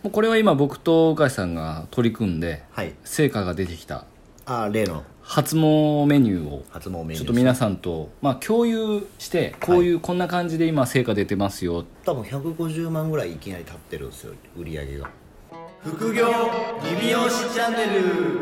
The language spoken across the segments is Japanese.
もうこれは今僕と岡井さんが取り組んで、 はい、 成果が出てきた例の発毛メニューを発毛メニューちょっと皆さんと、共有してこういう、こんな感じで今成果出てますよ。 多分150万ぐらいいきなり立ってるんですよ、売り上げが。副業リビオシチャンネル。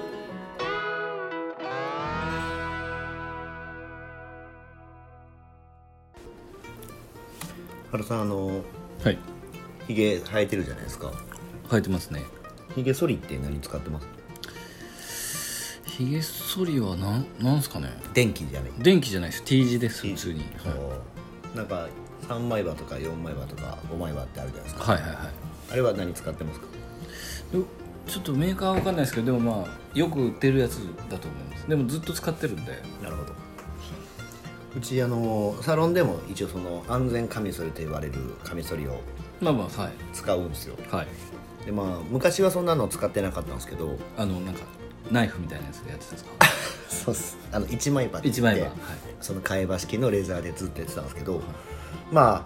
原さん、 はい、 ひげ生えてるじゃないですか。 生えてますね。 ひげ剃りって何使ってます？ ひげ剃りはなんすかね。 電気じゃない？ 電気じゃないです。 T 字です、普通に。 なんか3枚刃とか4枚刃とか5枚刃ってあるじゃないですか。 はいはいはい。 あれは何使ってますか？ ちょっとメーカーは分かんないですけど、でもよく売ってるやつだと思います。でもずっと使ってるんで。 なるほど。うちサロンでも一応その安全カミソリと言われるカミソリをはい使うんですよ。 はい。 で昔はそんなの使ってなかったんですけど、 なんかナイフみたいなやつでやってたんですか？ そうっす。一枚刃って言って、 一枚刃、はい、 その替え刃式のレーザーでずっとやってたんですけど、はい、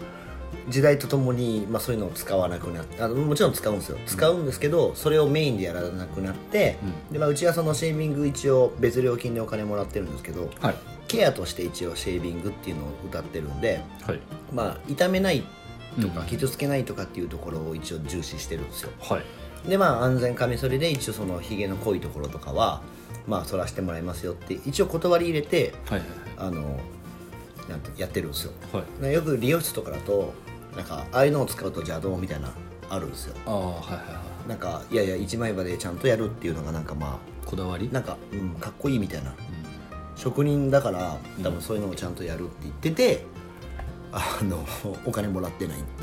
時代とともに、そういうのを使わなくなって、もちろん使うんですよ。使うんですけど、それをメインでやらなくなって、でうちはそのシェービング一応別料金でお金もらってるんですけど、はい、ケアとして一応シェービングっていうのを謳ってるんで、はい、痛めないとか傷つけないとかっていうところを一応重視してるんですよ。はい、で安全カミソリで一応そのひげの濃いところとかは剃らせてもらいますよって一応断り入れて、はいはいはい、なんてやってるんですよ。はい、よく理容室とかだとなんかああいうのを使うと邪道みたいなあるんですよ。はいはいはい、なんかいや一枚刃でちゃんとやるっていうのがなんかこだわりなんか、かっこいいみたいな、職人だから多分そういうのをちゃんとやるって言ってて、お金もらってないっていう。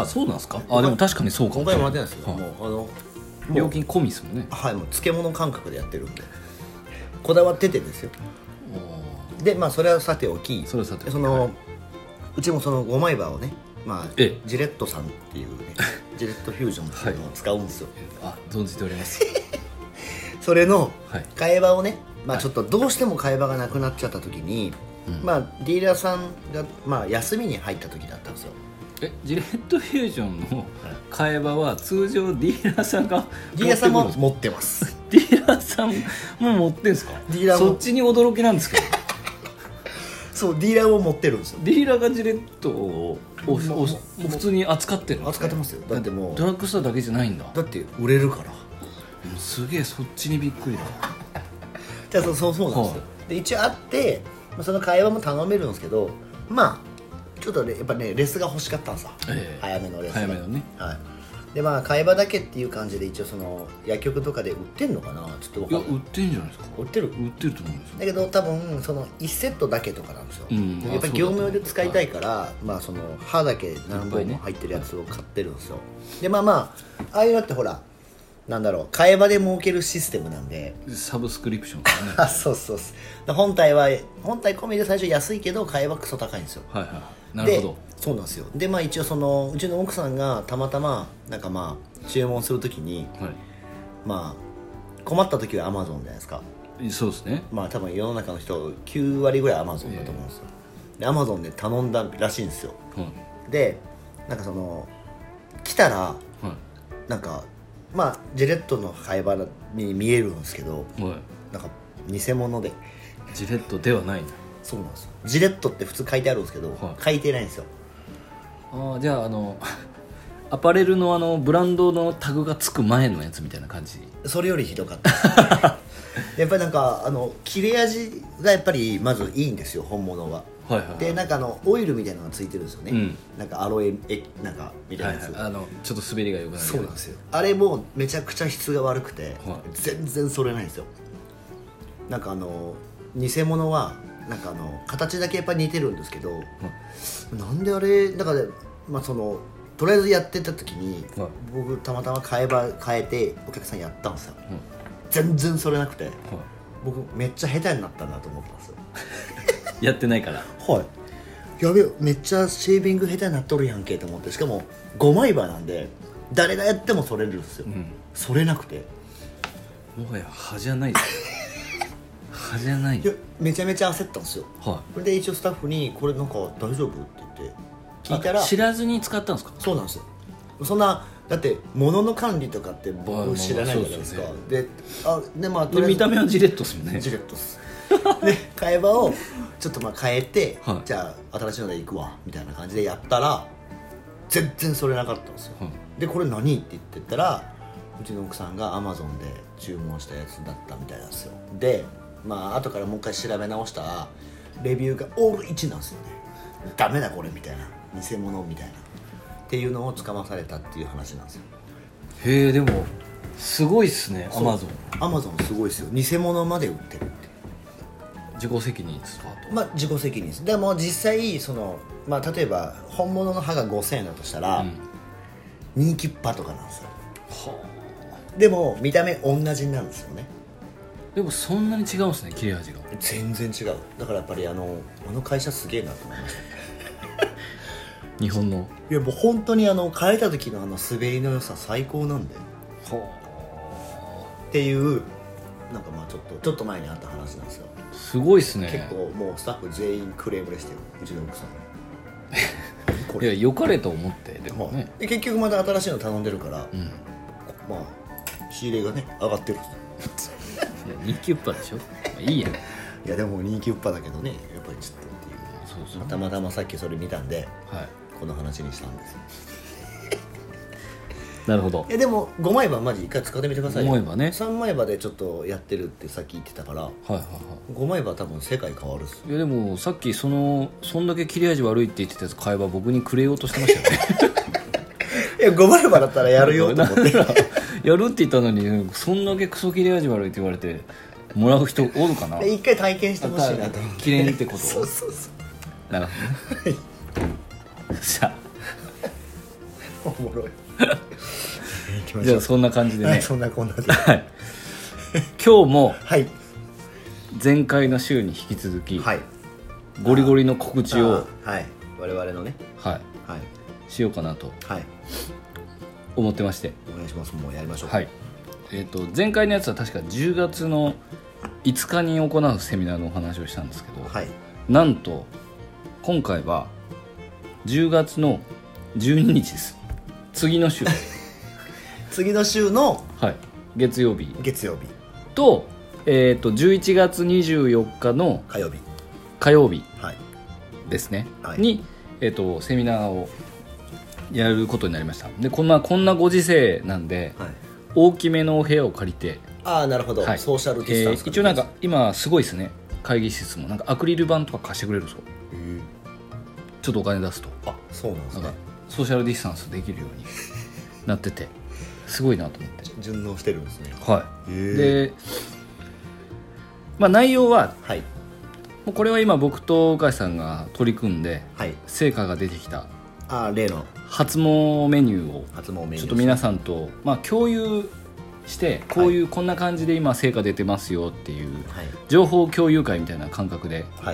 そうなんですか？でも確かにそうかも。 お金もらってないですよ。 料金込みですもんね。 はい、もう漬物感覚でやってるんでこだわっててですよ。でそれはさておき、うちもその5枚刃をね、ジレットさんっていうねジレットフュージョンっていうのを使うんですよ。 存じております。 それの替え刃をね、ちょっとどうしても替え刃がなくなっちゃった時に、ディーラーさんが休みに入った時だったんですよ。 ジレットフュージョンの替え刃は通常ディーラーさんがディーラーさんも持ってます。 ディーラーさんも持ってんすか？そっちに驚きなんですけど。 そう、ディーラーも持ってるんですよ。 ディーラーがジレットを普通に扱ってるんです扱ってますよ。だってもうドラッグストアだけじゃないんだ。 だって売れるから。 すげえ、そっちにびっくりだ。 じゃあそうなんですよ。で一応あってその替え刃も頼めるんですけど、ちょっとねやっぱねレスが欲しかったんさ、早めのレスが。早めのね。はい。で替え刃だけっていう感じで一応その薬局とかで売ってんのかな、ちょっと分かんない。 いや売ってんじゃないですか。 売ってると思うんですよ。だけど多分その1セットだけとかなんですよ。やっぱり業務用で使いたいから、その刃だけ何本も入ってるやつを買ってるんですよ。でああいうのってほらなんだろう、替え刃で儲けるシステムなんで、 サブスクリプションとかね。 そう本体込みで最初安いけど替え刃クソ高いんですよ。はいはい、なるほど。そうなんですよ。で一応そのうちの奥さんがたまたまなんか注文するときに、はい、困った時はアマゾンじゃないですか。 そうですね。 多分世の中の人9割ぐらいアマゾンだと思うんですよ。でアマゾンで頼んだらしいんですよ。でなんかその来たら、なんかジレットの替え刃に見えるんですけど、なんか偽物で。 ジレットではない。 そうなんですよ。ジレットって普通書いてあるんですけど、書いてないんですよ。 じゃあアパレルのブランドのタグがつく前のやつみたいな感じ。 それよりひどかったやっぱりなんか切れ味がやっぱりまずいいんですよ、本物は。でなんかオイルみたいなのがついてるんですよね。なんかアロエなんかみたいなやつ。 ちょっと滑りが良くない。 そうなんですよ。あれもめちゃくちゃ質が悪くて、全然それないんですよ。なんか偽物はなんか形だけやっぱり似てるんですけど、なんであれだからそのとりあえずやってた時に、僕たまたま替え刃変えてお客さんやったんですよ。全然それなくて、僕めっちゃ下手になったなと思ったんですよ。 やってないから。 やべえ、めっちゃシェービング下手になっとるやんけと思って。しかも5枚刃なんで誰がやってもそれるんですよ。それなくてもはや歯じゃないです歯じゃない。 いやめちゃめちゃ焦ったんですよ。それで一応スタッフにこれなんか大丈夫って言って聞いたら、 知らずに使ったんですか？ そうなんですよ。そんなだって物の管理とかって僕知らないじゃないですか。でまあとりあえず見た目はジレットっすよね。 ジレットっすで替え刃をちょっとまあ変えて、 はい、 じゃあ新しいので行くわみたいな感じでやったら全然それなかったんですよ、はい、でこれ何って言ってたらうちの奥さんが Amazon で注文したやつだったみたいなんですよ。でまあ後からもう一回調べ直したらレビューがオール1なんですよね。ダメだこれみたいな、偽物みたいなっていうのをつかまされたっていう話なんですよ。 へえ、でもすごいっすね。 Amazon すごいですよ。偽物まで売ってるって。 自己責任ですか？ まあ自己責任です。でも実際その、まあ、例えば本物の刃が5000円だとしたら、ニーキュッパとかなんですよ。はあ。でも見た目同じになるんですよね。 でもそんなに違うんですね、切れ味が。 全然違う。だからやっぱりあの会社すげえなと思いました日本の。 いやもう本当に変えた時の滑りの良さ最高なんで。はあ。っていうなんかまあちょっと前にあった話なんですよ。 すごいっすね。 結構もうスタッフ全員クレームでしたよ、うちの奥さんいや良かれと思ってでもね、 で結局また新しいの頼んでるから、まあ仕入れがね上がってるニーキュッパでしょ、まあ、いいやん。いやでもニーキュッパだけどね、やっぱりちょっとっていう。そうたまたまさっきそれ見たんで、はい、この話にしたんですよなるほど。 でも5枚刃マジ一回使ってみてくださいよ。 5枚刃ね。 3枚刃でちょっとやってるってさっき言ってたから、はいはいはい、5枚刃多分世界変わるっす。 いやでもさっきそんだけ切れ味悪いって言ってたやつ買えば僕にくれようとしてましたよねいや5枚刃だったらやるよと思ってやるって言ったのにそんだけクソ切れ味悪いって言われてもらう人おるかな。 一回体験してほしいなと思って。 切れんってことそうそうそうなるほどねじゃあおもろいじゃあそんな感じでねそんなこんなで、 はい、今日もはい前回の週に引き続き、 はい、 ゴリゴリの告知を、 はい、我々のね、 はいはい、しようかなと思ってまして、 お願いします。もうやりましょう。 はい、前回のやつは確か10月の5日に行うセミナーのお話をしたんですけど、はい、なんと今回は10月の12日です。次の週次の週の、 はい、月曜日と、11月24日の火曜日ですね、はい、に、セミナーをやることになりました。でこんなご時世なんで、はい、大きめのお部屋を借りて、 ああなるほど、はい、ソーシャルディスタンス、 一応なんか今すごいですね、会議室もなんかアクリル板とか貸してくれるそう。ちょっとお金出すと、 あそうなんですね、 なんかソーシャルディスタンスできるようになっててすごいなと思って順応してるんですね。 はい。で、まあ、内容は、はい、もうこれは今僕と岡井さんが取り組んで、はい、成果が出てきた例の発毛メニューをちょっと皆さんと、まあ、共有してこういう、こんな感じで今成果出てますよっていう情報共有会みたいな感覚で、はい、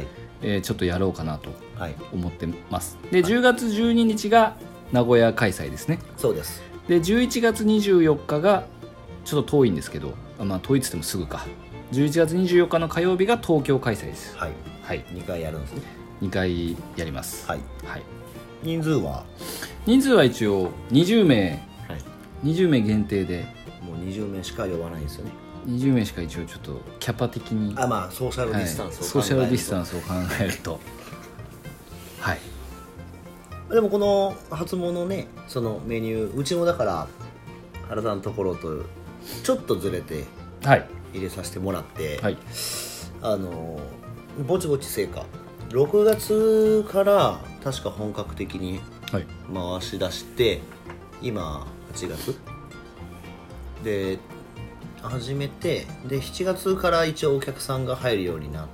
ちょっとやろうかなと思ってます。で10月12日が名古屋開催ですね。 そうです。 で11月24日がちょっと遠いんですけど、まあ遠いっつってもすぐか、11月24日の火曜日が東京開催です。 はい、はい、2回やるんですね。 2回やります。はい、はい、 人数は一応20名、はい、20名限定で、 もう20名しか呼ばないんですよね。 20名しか一応ちょっとキャパ的に、 まあソーシャルディスタンスを考えると、 ソーシャルディスタンスを考えるとはい。 でもこの初物のね、そのメニュー、うちもだから原さんのところとちょっとずれて入れさせてもらって、はい、ぼちぼち成果6月から確か本格的に回し出して、はい、今8月で始めて、で7月から一応お客さんが入るようになって、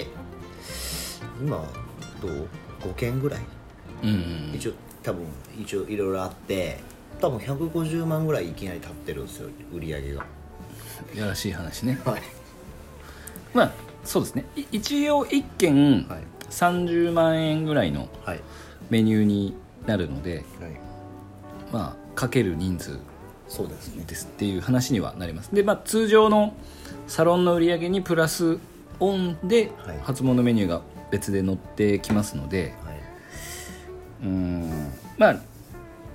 今どう5件ぐらい、一応いろいろあって、多分150万ぐらいいきなり立ってるんですよ、売り上げが。 やらしい話ね。はい。まあそうですね、一応1件30万円ぐらいのメニューになるので、はい、まあかける人数そうですねですっていう話にはなります。で、まあ、通常のサロンの売り上げにプラスオンで初物メニューが別で載ってきますので、はい、まあ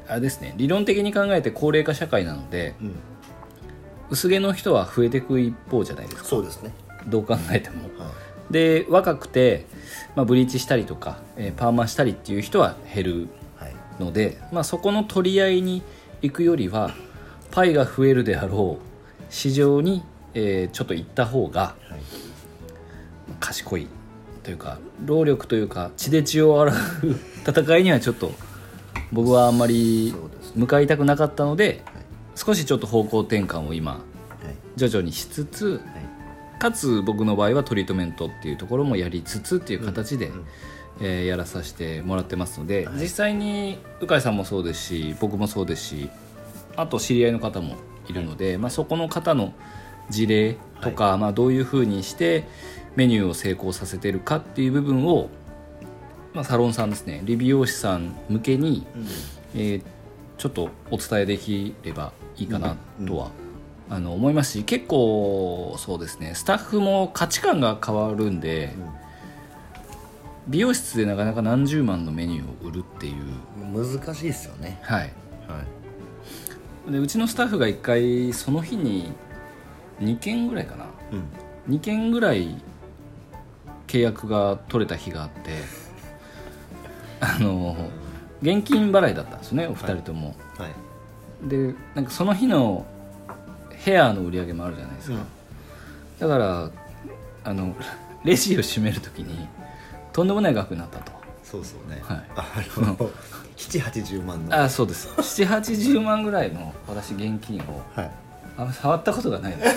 あれですね、理論的に考えて高齢化社会なので、薄毛の人は増えていく一方じゃないですか。 そうですね、 どう考えても、で若くて、ブリーチしたりとか、パーマしたりっていう人は減るので、そこの取り合いに行くよりはパイが増えるであろう市場に、ちょっと行った方が賢いというか、労力というか血で血を洗う戦いにはちょっと僕はあんまり向かいたくなかったので、少しちょっと方向転換を今徐々にしつつ、かつ僕の場合はトリートメントっていうところもやりつつっていう形で、やらさせてもらってますので、実際に鵜飼さんもそうですし、僕もそうですし、あと知り合いの方もいるので、そこの方の事例とか、どういうふうにしてメニューを成功させてるかっていう部分を、サロンさんですね、理美容師さん向けに、ちょっとお伝えできればいいかなとは、思いますし、結構そうですね、スタッフも価値観が変わるんで、美容室でなかなか何十万のメニューを売るっていう難しいですよね。 でうちのスタッフが1回その日に2件ぐらいかな、2件ぐらい契約が取れた日があって、現金払いだったんですね、お二人とも。でなんかその日のヘアの売り上げもあるじゃないですか、だからレジを閉めるときにとんでもない額になったと。 そうそうね、7,80 万の。 そうです、7,80 万ぐらいの私現金を、触ったことがないです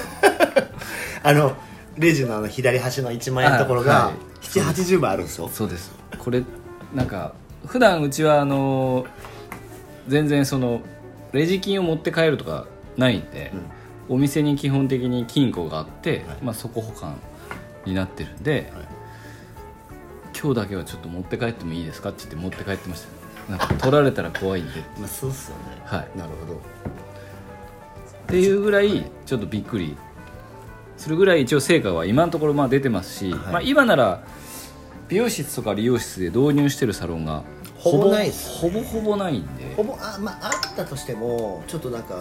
レジの左端の1万円のところが 7,80 万あるんですよ。 そうです。これなんか普段うちは全然そのレジ金を持って帰るとかないんで、お店に基本的に金庫があって、そこ保管になってるんで、今日だけはちょっと持って帰ってもいいですかって言って持って帰ってました。なんか取られたら怖いんでそうっすよね。なるほど。 っていうぐらいちょっとびっくりするぐらい一応成果は今のところ出てますし、今なら美容室とか理容室で導入してるサロンがほぼないです、 ほぼないんで、 あったとしてもちょっとなんか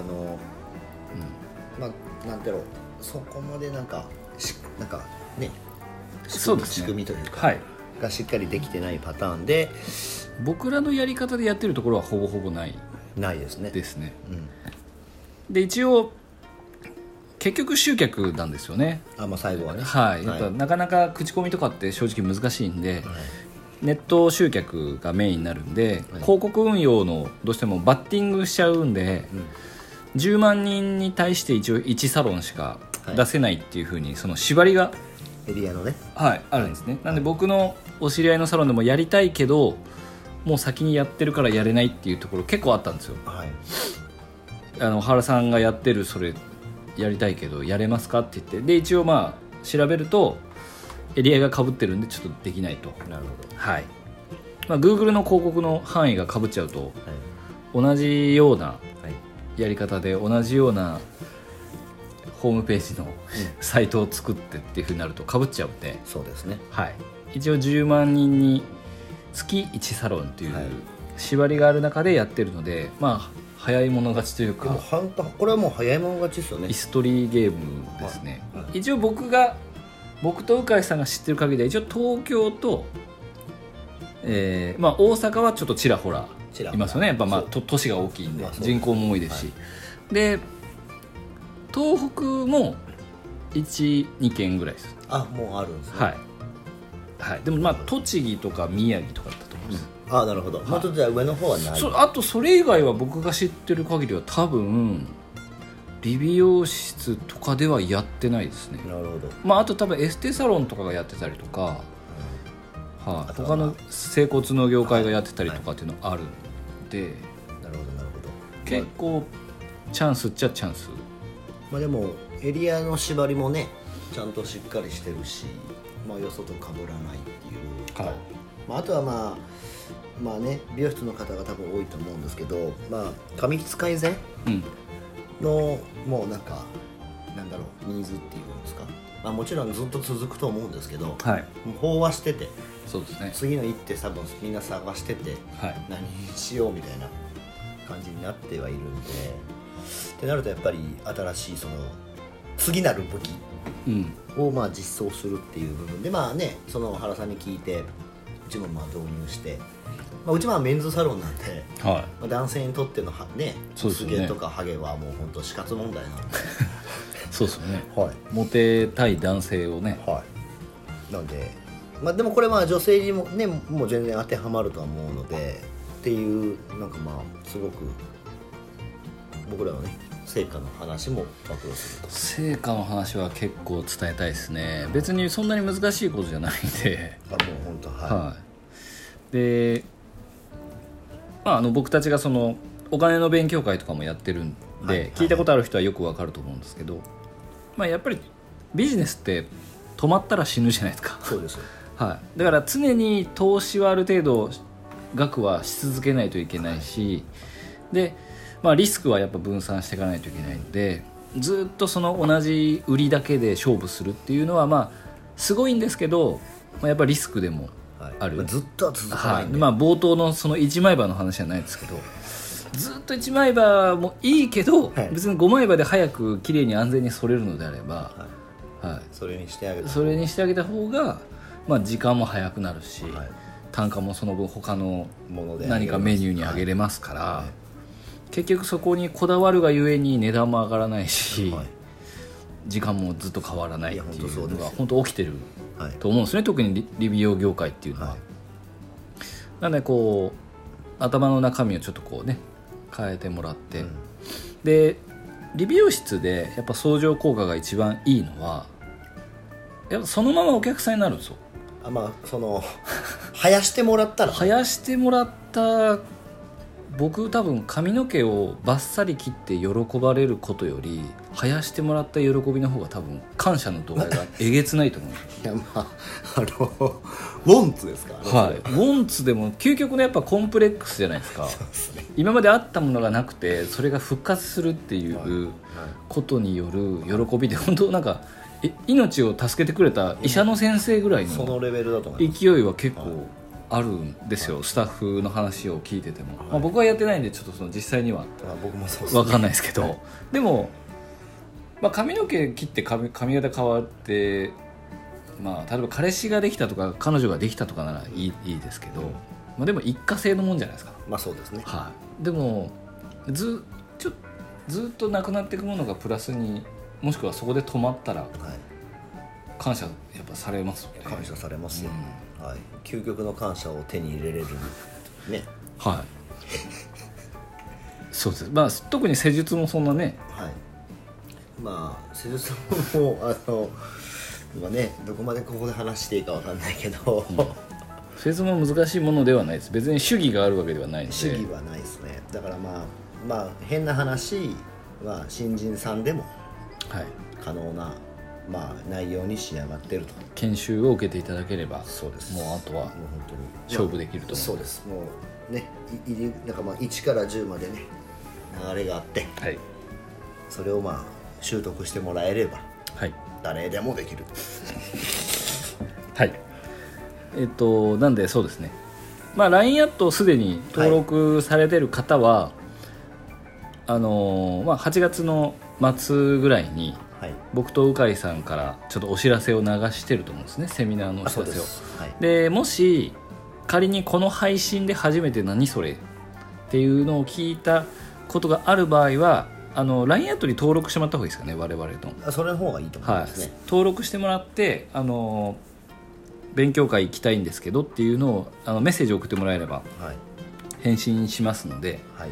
なんていうの、そこまでなんかね、仕組みというか、がしっかりできてないパターンで、 僕らのやり方でやってるところはほぼないですね。 で一応結局集客なんですよね。 最後はね。 やっぱなかなか口コミとかって正直難しいんで、ネット集客がメインになるんで、広告運用のどうしてもバッティングしちゃうんで、10万人に対して一応1サロンしか出せないっていう風にその縛りがエリアのね、 あるんですね。なんで僕のお知り合いのサロンでもやりたいけどもう先にやってるからやれないっていうところ結構あったんですよ。原さんがやってるそれやりたいけどやれますかって言って、で一応調べるとエリアが被ってるんでちょっとできないと。 なるほど。 Google の広告の範囲が被っちゃうと、同じようなやり方で同じようなホームページのサイトを作ってっていう風になると被っちゃうんで、 そうですね。 一応10万人に月1サロンっていう縛りがある中でやってるので、早い者勝ちというか、 これはもう早い者勝ちですよね。 イストリーゲームですね。一応僕と鵜飼さんが知ってる限りでは一応東京と、大阪はちょっとちらほらいますよね。やっぱ都市が大きいんで、人口も多いですし、で東北も 1,2 件ぐらいです。 もうあるんですね。 でも栃木とか宮城とかだったと思います。 なるほど。もっとじゃあ上の方はない。 あとそれ以外は僕が知ってる限りは多分理美容室とかではやってないですね。 なるほど。 あと多分エステサロンとかがやってたりとか、他の整骨の業界がやってたりとかっていうのあるんで、 なるほど結構チャンスっちゃチャンス。 でもエリアの縛りもねちゃんとしっかりしてるし、よそと被らないっていう、あとは美容室の方が多分多いと思うんですけど、髪質改善の、もうなんだろう、ニーズっていうんですか、もちろんずっと続くと思うんですけど、もう飽和してて、 そうですね、 次の一手多分みんな探してて、何しようみたいな感じになってはいるんで、ってなるとやっぱり新しいその次なる武器をまあ実装するっていう部分で、まあね、その原さんに聞いてうちもまあ導入して、まあ、うちはメンズサロンなんで、はい、まあ、男性にとってのね、薄毛とかハゲはもう本当死活問題なんでそうですよね、はい、モテたい男性をね、 はい、なんで、まあ、でもこれは女性にもねもう全然当てはまるとは思うのでっていう、なんかまあすごく僕らのね成果の話も暴露すると。 成果の話は結構伝えたいですね。別にそんなに難しいことじゃないんでもう本当、はい、 で、まあ、僕たちがそのお金の勉強会とかもやってるんで、はい、聞いたことある人はよくわかると思うんですけど、まあ、やっぱりビジネスって止まったら死ぬじゃないですか。 そうです、 はい、だから常に投資はある程度額はし続けないといけないし、で、まあ、リスクはやっぱ分散していかないといけないので、ずっとその同じ売りだけで勝負するっていうのはまあすごいんですけど、まあ、やっぱりリスクでもある、 はい、ずっとは続かないんで、 はい、まあ、冒頭のその一枚刃の話じゃないですけど、ずっと一枚刃もいいけど、はい、別に5枚刃で早く綺麗に安全に剃れるのであれば、 はいはい、それにしてあげた方が、まあ、時間も早くなるし、はい、単価もその分他の何かメニューに上げれますから、はい、結局そこにこだわるがゆえに値段も上がらないし、はい、時間もずっと変わらないっていうのが本当起きてると思うんですね、特に理美容業界っていうのは、はい、なのでこう頭の中身をちょっとこうね変えてもらって、うん、で理美容室でやっぱ相乗効果が一番いいのはやっぱそのままお客さんになるんですよ。 まあその生やしてもらったら生やしてもらった僕多分髪の毛をバッサリ切って喜ばれることより生やしてもらった喜びの方が多分感謝の度合いがえげつないと思ういや、まあウォンツですか、 はい、ウォンツでも究極のやっぱコンプレックスじゃないですか。そうですね、今まであったものがなくてそれが復活するっていうことによる喜びで、本当なんか命を助けてくれた医者の先生ぐらいのそのレベルだと思います。 勢いは結構あるんですよ、スタッフの話を聞いてても、まあ、僕はやってないんでちょっとその実際には分かんないですけど、でも、まあ、髪の毛切って髪型変わって、まあ、例えば彼氏ができたとか彼女ができたとかならいいですけど、まあ、でも一過性のもんじゃないですか。 まあそうですね、 はい、でもずっとなくなっていくものがプラスにもしくはそこで止まったら、はい、感謝やっぱされますよね。 感謝されますよ、はい、究極の感謝を手に入れれるね。 はいそうです、まあ、特に施術もそんなね、 はい、まあ施術も今ねどこまでここで話していいかわかんないけど、 施術も難しいものではないです。別に主義があるわけではないので。 主義はないですね。だからまあ変な話は新人さんでも可能な、まあ、内容に仕上がってると。 研修を受けていただければ、 そうです、 もうあとはもう本当に勝負できると思う、 そうです。もうね、なんかまあ1から10までね流れがあって、はい、それをまあ習得してもらえれば、はい、誰でもできるはい、なんでそうですね、まあ、LINE アットをすでに登録されてる方は、はい、まあ、8月の末ぐらいに僕とうかりさんからちょっとお知らせを流してると思うんですね、セミナーのお知らせを。はい、でもし仮にこの配信で初めて何それっていうのを聞いたことがある場合はLINE アットに登録してもらった方がいいですかね、我々の。 それの方がいいと思いますね、はい、 登録してもらって勉強会行きたいんですけどっていうのをメッセージを送ってもらえれば返信しますので、はい、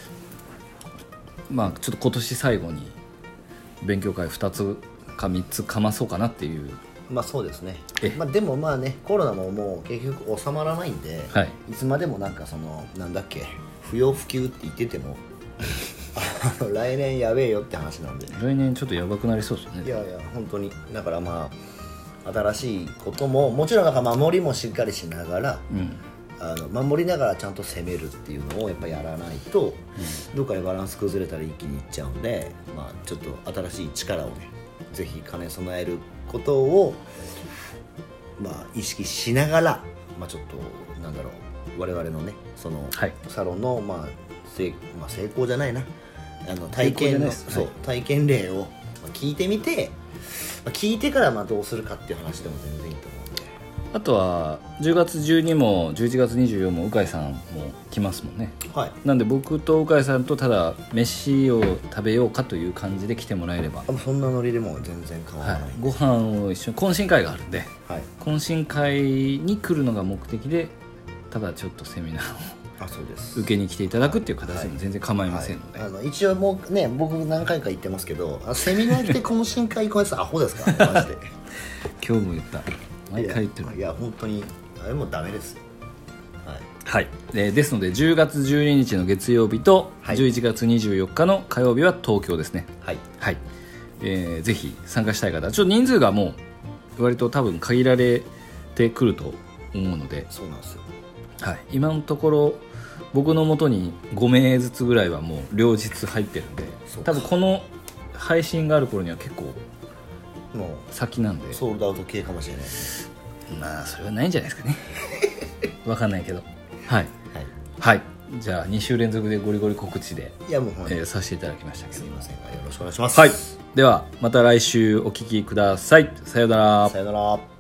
まあちょっと今年最後に勉強会2つか3つかまそうかなっていう。 まあそうですね、まあ、でもまあねコロナももう結局収まらないんで、はい、いつまでもなんかなんだっけ不要不急って言ってても来年やべえよって話なんで、 来年ちょっとやばくなりそうですよね。 いや本当にだからまあ新しいことももちろんなんか守りもしっかりしながら、守りながらちゃんと攻めるっていうのをやっぱやらないと、どっかでバランス崩れたら一気にいっちゃうんで、まあ、ちょっと新しい力をねぜひ兼ね備えることを、まあ、意識しながら、まあ、ちょっとなんだろう我々のねその、はい、サロンの、まあ、 成功じゃないな、体験の、そう体験例を聞いてみて、聞いてからどうするかっていう話でも全然いいと思うんで。 あとは10月12も11月24も鵜飼さんも来ますもんね。はい。なんで僕と鵜飼さんとただ飯を食べようかという感じで来てもらえれば。 そんなノリでも全然変わらない、 ご飯を一緒に懇親会があるんで、懇親会に来るのが目的で、ただちょっとセミナーをそうです受けに来ていただくっていう形でも全然構いませんので、 一応もうね、僕何回か言ってますけど、セミナー来て懇親会行くやつアホですからねマジで今日も言った、毎回言ってる。 いや本当にあれもダメですよ。 はい、ですので10月12日の月曜日と11月24日の火曜日は東京ですね。はい、はい。ぜひ参加したい方、ちょっと人数がもう割と多分限られてくると思うので。 そうなんですよ。 はい、今のところ僕の元に5名ずつぐらいはもう両日入ってるんで、多分この配信がある頃には結構もう先なんでソールドアウト系かもしれないですね。 まあそれはないんじゃないですかね分かんないけど、はい、はい、じゃあ2週連続でゴリゴリ告知でさせていただきましたけど、 すいません、よろしくお願いします。 はい、ではまた来週お聞きください。さようなら。 さようなら。